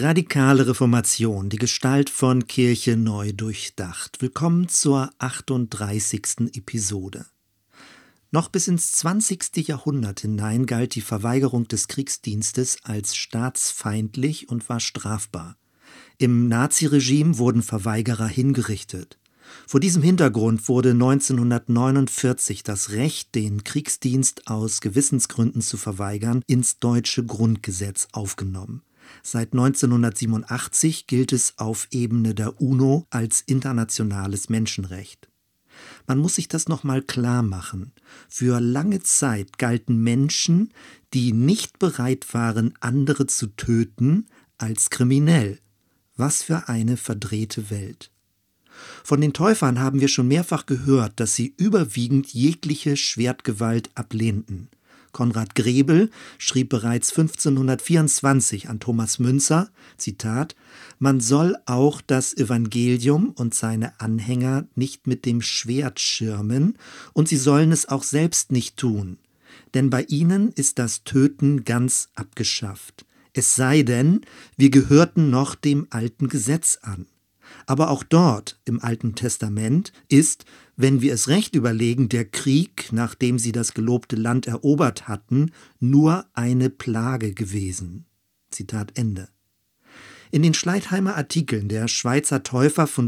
Radikale Reformation, die Gestalt von Kirche neu durchdacht. Willkommen zur 38. Episode. Noch bis ins 20. Jahrhundert hinein galt die Verweigerung des Kriegsdienstes als staatsfeindlich und war strafbar. Im Naziregime wurden Verweigerer hingerichtet. Vor diesem Hintergrund wurde 1949 das Recht, den Kriegsdienst aus Gewissensgründen zu verweigern, ins deutsche Grundgesetz aufgenommen. Seit 1987 gilt es auf Ebene der UNO als internationales Menschenrecht. Man muss sich das nochmal klar machen. Für lange Zeit galten Menschen, die nicht bereit waren, andere zu töten, als kriminell. Was für eine verdrehte Welt. Von den Täufern haben wir schon mehrfach gehört, dass sie überwiegend jegliche Schwertgewalt ablehnten. Konrad Grebel schrieb bereits 1524 an Thomas Müntzer, Zitat, »Man soll auch das Evangelium und seine Anhänger nicht mit dem Schwert schirmen, und sie sollen es auch selbst nicht tun. Denn bei ihnen ist das Töten ganz abgeschafft. Es sei denn, wir gehörten noch dem alten Gesetz an. Aber auch dort, im Alten Testament, ist, wenn wir es recht überlegen, der Krieg, nachdem sie das gelobte Land erobert hatten, nur eine Plage gewesen.« Zitat Ende. In den Schleitheimer Artikeln der Schweizer Täufer von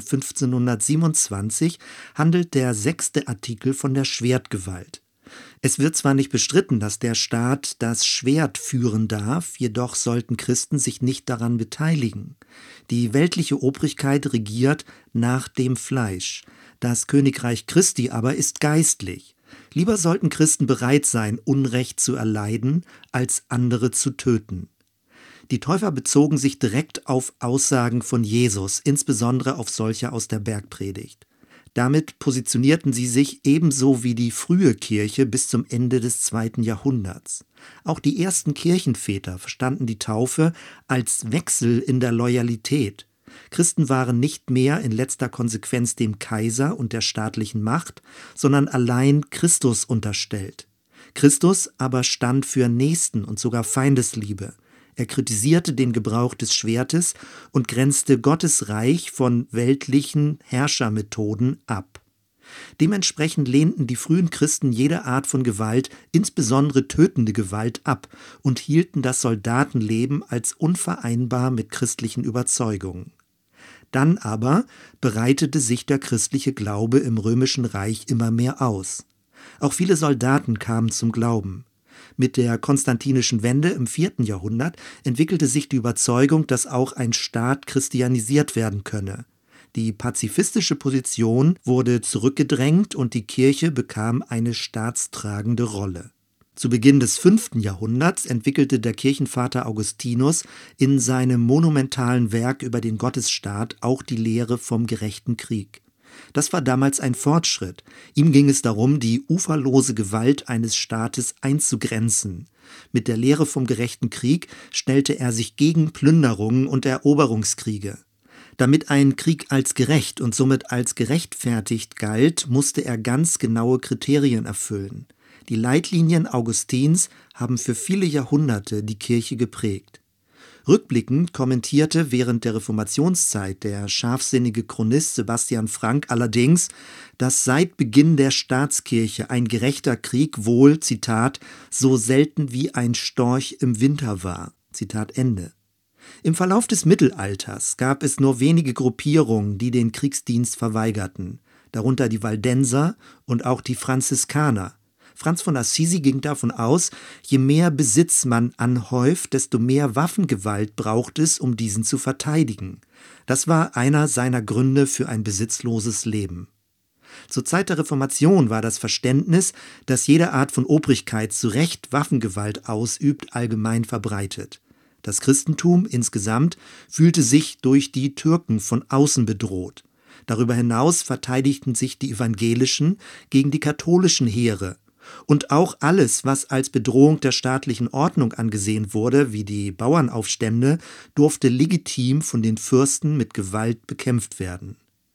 1527 handelt der 6. Artikel von der Schwertgewalt. Es wird zwar nicht bestritten, dass der Staat das Schwert führen darf, jedoch sollten Christen sich nicht daran beteiligen. Die weltliche Obrigkeit regiert nach dem Fleisch. Das Königreich Christi aber ist geistlich. Lieber sollten Christen bereit sein, Unrecht zu erleiden, als andere zu töten. Die Täufer bezogen sich direkt auf Aussagen von Jesus, insbesondere auf solche aus der Bergpredigt. Damit positionierten sie sich ebenso wie die frühe Kirche bis zum Ende des 2. Jahrhunderts. Auch die ersten Kirchenväter verstanden die Taufe als Wechsel in der Loyalität. Christen waren nicht mehr in letzter Konsequenz dem Kaiser und der staatlichen Macht, sondern allein Christus unterstellt. Christus aber stand für Nächsten- und sogar Feindesliebe. Er kritisierte den Gebrauch des Schwertes und grenzte Gottes Reich von weltlichen Herrschermethoden ab. Dementsprechend lehnten die frühen Christen jede Art von Gewalt, insbesondere tötende Gewalt, ab und hielten das Soldatenleben als unvereinbar mit christlichen Überzeugungen. Dann aber breitete sich der christliche Glaube im Römischen Reich immer mehr aus. Auch viele Soldaten kamen zum Glauben. Mit der konstantinischen Wende im 4. Jahrhundert entwickelte sich die Überzeugung, dass auch ein Staat christianisiert werden könne. Die pazifistische Position wurde zurückgedrängt und die Kirche bekam eine staatstragende Rolle. Zu Beginn des 5. Jahrhunderts entwickelte der Kirchenvater Augustinus in seinem monumentalen Werk über den Gottesstaat auch die Lehre vom gerechten Krieg. Das war damals ein Fortschritt. Ihm ging es darum, die uferlose Gewalt eines Staates einzugrenzen. Mit der Lehre vom gerechten Krieg stellte er sich gegen Plünderungen und Eroberungskriege. Damit ein Krieg als gerecht und somit als gerechtfertigt galt, musste er ganz genaue Kriterien erfüllen. Die Leitlinien Augustins haben für viele Jahrhunderte die Kirche geprägt. Rückblickend kommentierte während der Reformationszeit der scharfsinnige Chronist Sebastian Frank allerdings, dass seit Beginn der Staatskirche ein gerechter Krieg wohl, Zitat, so selten wie ein Storch im Winter war. Zitat Ende. Im Verlauf des Mittelalters gab es nur wenige Gruppierungen, die den Kriegsdienst verweigerten, darunter die Waldenser und auch die Franziskaner. Franz von Assisi ging davon aus, je mehr Besitz man anhäuft, desto mehr Waffengewalt braucht es, um diesen zu verteidigen. Das war einer seiner Gründe für ein besitzloses Leben. Zur Zeit der Reformation war das Verständnis, dass jede Art von Obrigkeit zu Recht Waffengewalt ausübt, allgemein verbreitet. Das Christentum insgesamt fühlte sich durch die Türken von außen bedroht. Darüber hinaus verteidigten sich die evangelischen gegen die katholischen Heere. Und auch alles, was als Bedrohung der staatlichen Ordnung angesehen wurde, wie die Bauernaufstände, durfte legitim von den Fürsten mit Gewalt bekämpft werden.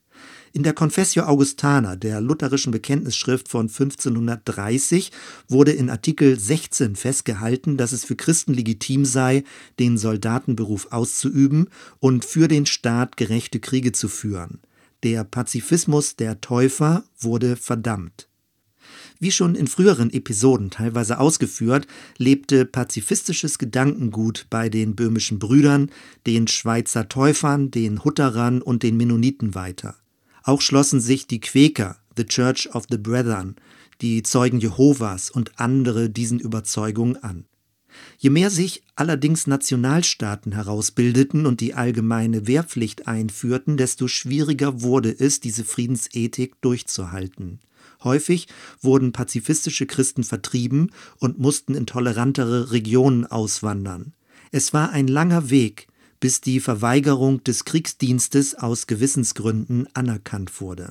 In der Confessio Augustana, der lutherischen Bekenntnisschrift von 1530, wurde in Artikel 16 festgehalten, dass es für Christen legitim sei, den Soldatenberuf auszuüben und für den Staat gerechte Kriege zu führen. Der Pazifismus der Täufer wurde verdammt. Wie schon in früheren Episoden teilweise ausgeführt, lebte pazifistisches Gedankengut bei den böhmischen Brüdern, den Schweizer Täufern, den Hutterern und den Mennoniten weiter. Auch schlossen sich die Quäker, The Church of the Brethren, die Zeugen Jehovas und andere diesen Überzeugungen an. Je mehr sich allerdings Nationalstaaten herausbildeten und die allgemeine Wehrpflicht einführten, desto schwieriger wurde es, diese Friedensethik durchzuhalten. Häufig wurden pazifistische Christen vertrieben und mussten in tolerantere Regionen auswandern. Es war ein langer Weg, bis die Verweigerung des Kriegsdienstes aus Gewissensgründen anerkannt wurde.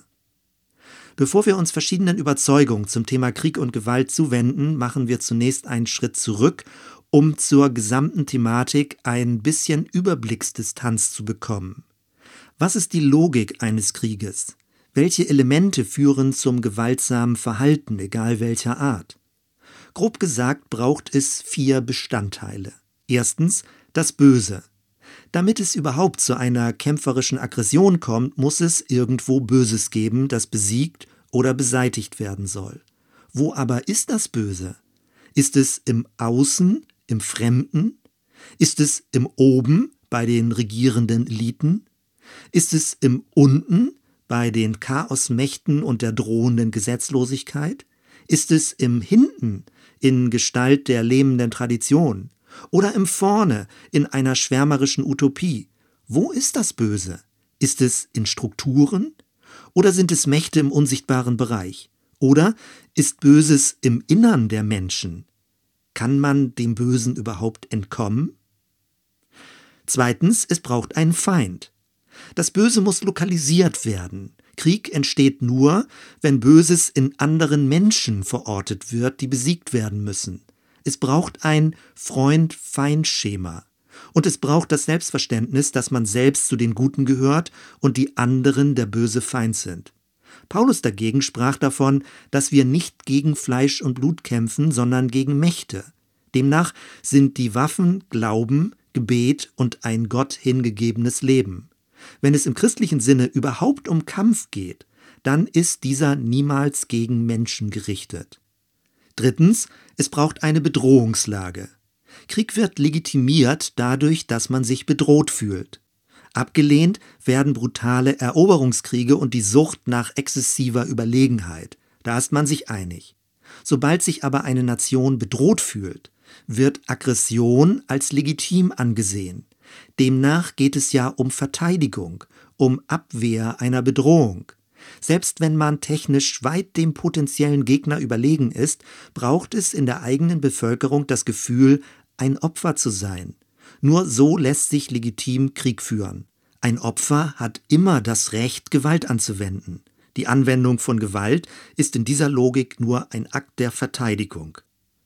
Bevor wir uns verschiedenen Überzeugungen zum Thema Krieg und Gewalt zuwenden, machen wir zunächst einen Schritt zurück, um zur gesamten Thematik ein bisschen Überblicksdistanz zu bekommen. Was ist die Logik eines Krieges? Welche Elemente führen zum gewaltsamen Verhalten, egal welcher Art? Grob gesagt braucht es 4 Bestandteile. Erstens das Böse. Damit es überhaupt zu einer kämpferischen Aggression kommt, muss es irgendwo Böses geben, das besiegt oder beseitigt werden soll. Wo aber ist das Böse? Ist es im Außen, im Fremden? Ist es im Oben, bei den regierenden Eliten? Ist es im Unten, bei den Chaosmächten und der drohenden Gesetzlosigkeit? Ist es im Hinten, in Gestalt der lähmenden Tradition? Oder im Vorne, in einer schwärmerischen Utopie? Wo ist das Böse? Ist es in Strukturen? Oder sind es Mächte im unsichtbaren Bereich? Oder ist Böses im Innern der Menschen? Kann man dem Bösen überhaupt entkommen? Zweitens, es braucht einen Feind. Das Böse muss lokalisiert werden. Krieg entsteht nur, wenn Böses in anderen Menschen verortet wird, die besiegt werden müssen. Es braucht ein Freund-Feind-Schema. Und es braucht das Selbstverständnis, dass man selbst zu den Guten gehört und die anderen der böse Feind sind. Paulus dagegen sprach davon, dass wir nicht gegen Fleisch und Blut kämpfen, sondern gegen Mächte. Demnach sind die Waffen Glauben, Gebet und ein Gott hingegebenes Leben. Wenn es im christlichen Sinne überhaupt um Kampf geht, dann ist dieser niemals gegen Menschen gerichtet. Drittens, es braucht eine Bedrohungslage. Krieg wird legitimiert dadurch, dass man sich bedroht fühlt. Abgelehnt werden brutale Eroberungskriege und die Sucht nach exzessiver Überlegenheit. Da ist man sich einig. Sobald sich aber eine Nation bedroht fühlt, wird Aggression als legitim angesehen. Demnach geht es ja um Verteidigung, um Abwehr einer Bedrohung. Selbst wenn man technisch weit dem potenziellen Gegner überlegen ist, braucht es in der eigenen Bevölkerung das Gefühl, ein Opfer zu sein. Nur so lässt sich legitim Krieg führen. Ein Opfer hat immer das Recht, Gewalt anzuwenden. Die Anwendung von Gewalt ist in dieser Logik nur ein Akt der Verteidigung.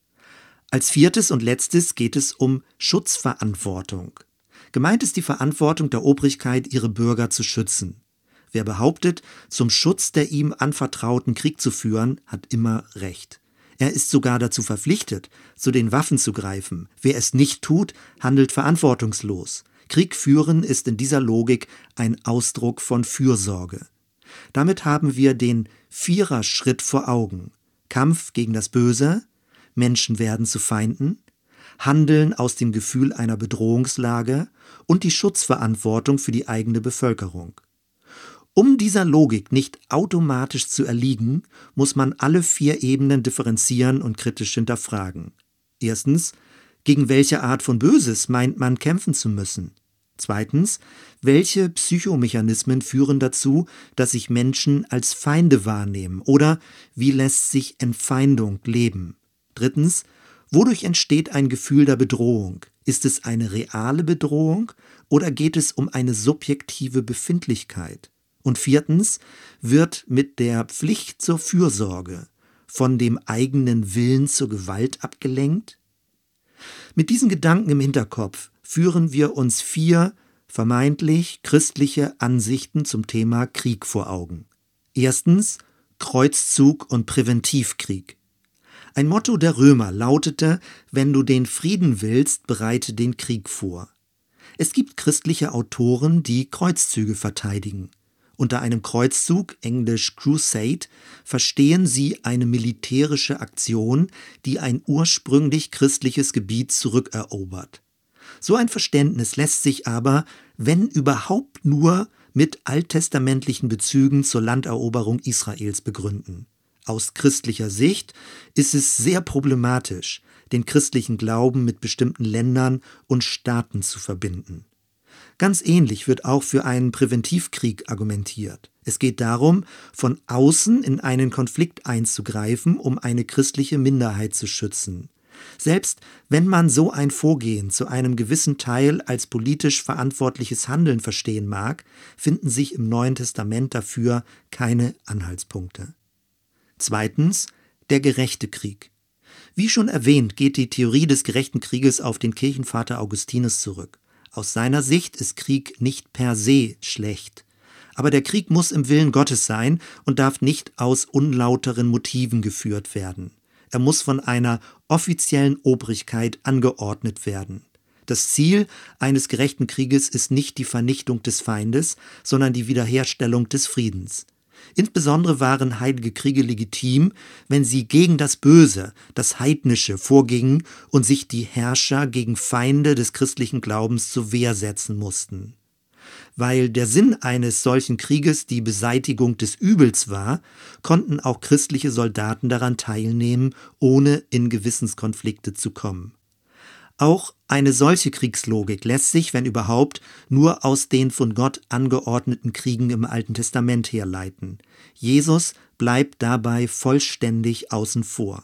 Als viertes und letztes geht es um Schutzverantwortung. Gemeint ist die Verantwortung der Obrigkeit, ihre Bürger zu schützen. Wer behauptet, zum Schutz der ihm anvertrauten Krieg zu führen, hat immer Recht. Er ist sogar dazu verpflichtet, zu den Waffen zu greifen. Wer es nicht tut, handelt verantwortungslos. Krieg führen ist in dieser Logik ein Ausdruck von Fürsorge. Damit haben wir den Viererschritt vor Augen. Kampf gegen das Böse, Menschen werden zu Feinden, Handeln aus dem Gefühl einer Bedrohungslage und die Schutzverantwortung für die eigene Bevölkerung. Um dieser Logik nicht automatisch zu erliegen, muss man alle 4 Ebenen differenzieren und kritisch hinterfragen. Erstens, gegen welche Art von Böses meint man kämpfen zu müssen? Zweitens, welche Psychomechanismen führen dazu, dass sich Menschen als Feinde wahrnehmen? Oder wie lässt sich Entfeindung leben? Drittens, wodurch entsteht ein Gefühl der Bedrohung? Ist es eine reale Bedrohung oder geht es um eine subjektive Befindlichkeit? Und viertens, wird mit der Pflicht zur Fürsorge von dem eigenen Willen zur Gewalt abgelenkt? Mit diesen Gedanken im Hinterkopf führen wir uns 4 vermeintlich christliche Ansichten zum Thema Krieg vor Augen. Erstens Kreuzzug und Präventivkrieg. Ein Motto der Römer lautete: Wenn du den Frieden willst, bereite den Krieg vor. Es gibt christliche Autoren, die Kreuzzüge verteidigen. Unter einem Kreuzzug, englisch Crusade, verstehen sie eine militärische Aktion, die ein ursprünglich christliches Gebiet zurückerobert. So ein Verständnis lässt sich aber, wenn überhaupt nur, mit alttestamentlichen Bezügen zur Landeroberung Israels begründen. Aus christlicher Sicht ist es sehr problematisch, den christlichen Glauben mit bestimmten Ländern und Staaten zu verbinden. Ganz ähnlich wird auch für einen Präventivkrieg argumentiert. Es geht darum, von außen in einen Konflikt einzugreifen, um eine christliche Minderheit zu schützen. Selbst wenn man so ein Vorgehen zu einem gewissen Teil als politisch verantwortliches Handeln verstehen mag, finden sich im Neuen Testament dafür keine Anhaltspunkte. Zweitens, der gerechte Krieg. Wie schon erwähnt, geht die Theorie des gerechten Krieges auf den Kirchenvater Augustinus zurück. Aus seiner Sicht ist Krieg nicht per se schlecht. Aber der Krieg muss im Willen Gottes sein und darf nicht aus unlauteren Motiven geführt werden. Er muss von einer offiziellen Obrigkeit angeordnet werden. Das Ziel eines gerechten Krieges ist nicht die Vernichtung des Feindes, sondern die Wiederherstellung des Friedens. Insbesondere waren heilige Kriege legitim, wenn sie gegen das Böse, das Heidnische vorgingen und sich die Herrscher gegen Feinde des christlichen Glaubens zur Wehr setzen mussten. Weil der Sinn eines solchen Krieges die Beseitigung des Übels war, konnten auch christliche Soldaten daran teilnehmen, ohne in Gewissenskonflikte zu kommen. Auch eine solche Kriegslogik lässt sich, wenn überhaupt, nur aus den von Gott angeordneten Kriegen im Alten Testament herleiten. Jesus bleibt dabei vollständig außen vor.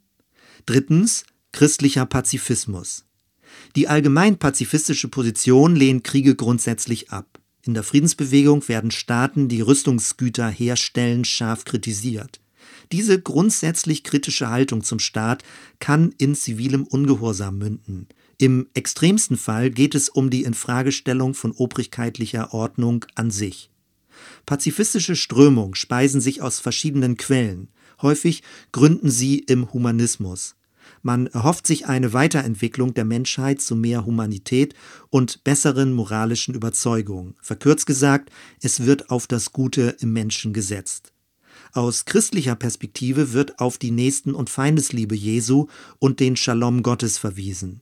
Drittens, christlicher Pazifismus. Die allgemein pazifistische Position lehnt Kriege grundsätzlich ab. In der Friedensbewegung werden Staaten, die Rüstungsgüter herstellen, scharf kritisiert. Diese grundsätzlich kritische Haltung zum Staat kann in zivilem Ungehorsam münden. Im extremsten Fall geht es um die Infragestellung von obrigkeitlicher Ordnung an sich. Pazifistische Strömungen speisen sich aus verschiedenen Quellen. Häufig gründen sie im Humanismus. Man erhofft sich eine Weiterentwicklung der Menschheit zu mehr Humanität und besseren moralischen Überzeugungen. Verkürzt gesagt, es wird auf das Gute im Menschen gesetzt. Aus christlicher Perspektive wird auf die Nächsten- und Feindesliebe Jesu und den Shalom Gottes verwiesen.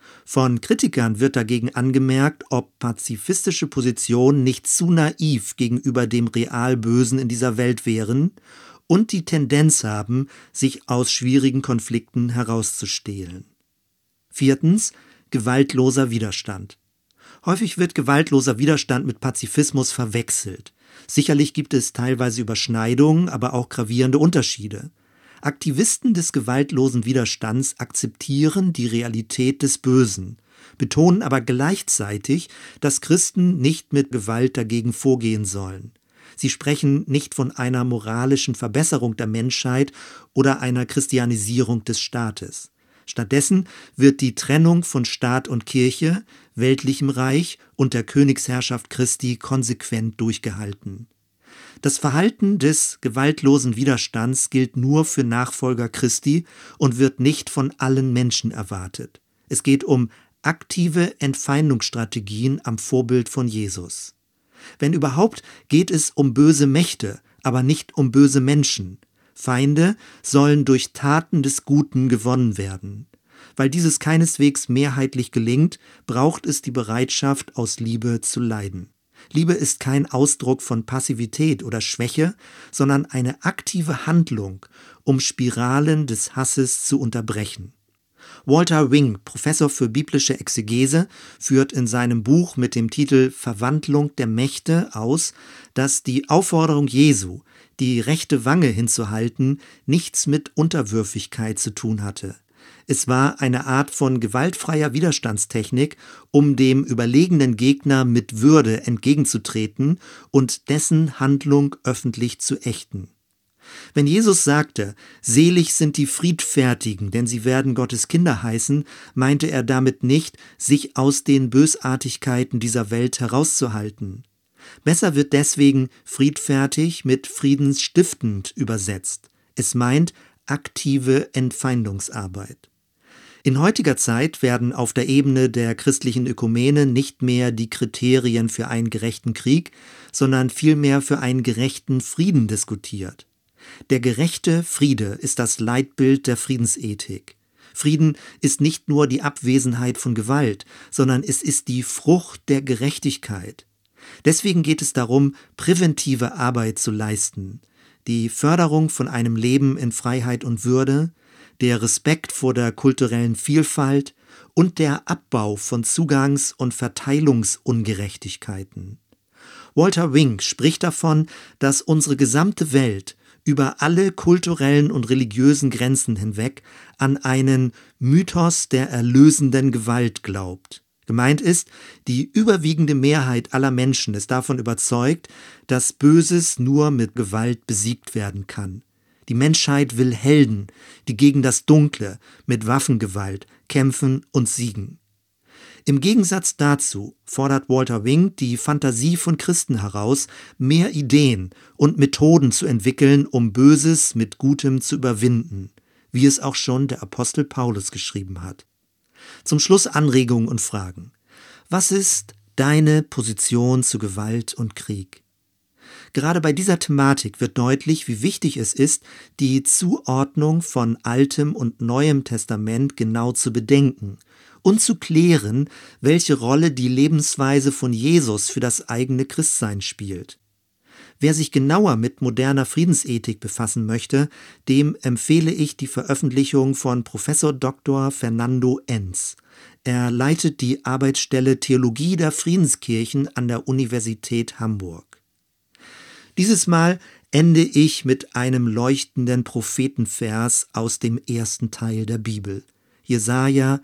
Von Kritikern wird dagegen angemerkt, ob pazifistische Positionen nicht zu naiv gegenüber dem real Bösen in dieser Welt wären und die Tendenz haben, sich aus schwierigen Konflikten herauszustehlen. Viertens, gewaltloser Widerstand. Häufig wird gewaltloser Widerstand mit Pazifismus verwechselt. Sicherlich gibt es teilweise Überschneidungen, aber auch gravierende Unterschiede. Aktivisten des gewaltlosen Widerstands akzeptieren die Realität des Bösen, betonen aber gleichzeitig, dass Christen nicht mit Gewalt dagegen vorgehen sollen. Sie sprechen nicht von einer moralischen Verbesserung der Menschheit oder einer Christianisierung des Staates. Stattdessen wird die Trennung von Staat und Kirche, weltlichem Reich und der Königsherrschaft Christi konsequent durchgehalten. Das Verhalten des gewaltlosen Widerstands gilt nur für Nachfolger Christi und wird nicht von allen Menschen erwartet. Es geht um aktive Entfeindungsstrategien am Vorbild von Jesus. Wenn überhaupt, geht es um böse Mächte, aber nicht um böse Menschen. Feinde sollen durch Taten des Guten gewonnen werden. Weil dieses keineswegs mehrheitlich gelingt, braucht es die Bereitschaft, aus Liebe zu leiden. Liebe ist kein Ausdruck von Passivität oder Schwäche, sondern eine aktive Handlung, um Spiralen des Hasses zu unterbrechen. Walter Wing, Professor für biblische Exegese, führt in seinem Buch mit dem Titel Verwandlung der Mächte aus, dass die Aufforderung Jesu, die rechte Wange hinzuhalten, nichts mit Unterwürfigkeit zu tun hatte. Es war eine Art von gewaltfreier Widerstandstechnik, um dem überlegenen Gegner mit Würde entgegenzutreten und dessen Handlung öffentlich zu ächten. Wenn Jesus sagte, selig sind die Friedfertigen, denn sie werden Gottes Kinder heißen, meinte er damit nicht, sich aus den Bösartigkeiten dieser Welt herauszuhalten. Besser wird deswegen friedfertig mit friedensstiftend übersetzt. Es meint aktive Entfeindungsarbeit. In heutiger Zeit werden auf der Ebene der christlichen Ökumene nicht mehr die Kriterien für einen gerechten Krieg, sondern vielmehr für einen gerechten Frieden diskutiert. Der gerechte Friede ist das Leitbild der Friedensethik. Frieden ist nicht nur die Abwesenheit von Gewalt, sondern es ist die Frucht der Gerechtigkeit. Deswegen geht es darum, präventive Arbeit zu leisten, die Förderung von einem Leben in Freiheit und Würde, der Respekt vor der kulturellen Vielfalt und der Abbau von Zugangs- und Verteilungsungerechtigkeiten. Walter Wink spricht davon, dass unsere gesamte Welt über alle kulturellen und religiösen Grenzen hinweg an einen Mythos der erlösenden Gewalt glaubt. Gemeint ist, die überwiegende Mehrheit aller Menschen ist davon überzeugt, dass Böses nur mit Gewalt besiegt werden kann. Die Menschheit will Helden, die gegen das Dunkle mit Waffengewalt kämpfen und siegen. Im Gegensatz dazu fordert Walter Wink die Fantasie von Christen heraus, mehr Ideen und Methoden zu entwickeln, um Böses mit Gutem zu überwinden, wie es auch schon der Apostel Paulus geschrieben hat. Zum Schluss Anregungen und Fragen. Was ist deine Position zu Gewalt und Krieg? Gerade bei dieser Thematik wird deutlich, wie wichtig es ist, die Zuordnung von Altem und Neuem Testament genau zu bedenken und zu klären, welche Rolle die Lebensweise von Jesus für das eigene Christsein spielt. Wer sich genauer mit moderner Friedensethik befassen möchte, dem empfehle ich die Veröffentlichung von Professor Dr. Fernando Enz. Er leitet die Arbeitsstelle Theologie der Friedenskirchen an der Universität Hamburg. Dieses Mal ende ich mit einem leuchtenden Prophetenvers aus dem ersten Teil der Bibel. Jesaja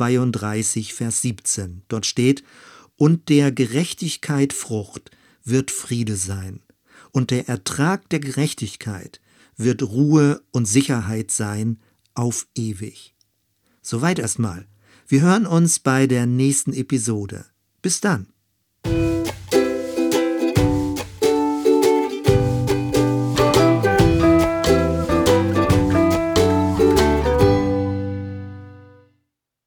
32, Vers 17. Dort steht: Und der Gerechtigkeit Frucht wird Friede sein. Und der Ertrag der Gerechtigkeit wird Ruhe und Sicherheit sein auf ewig. Soweit erstmal. Wir hören uns bei der nächsten Episode. Bis dann.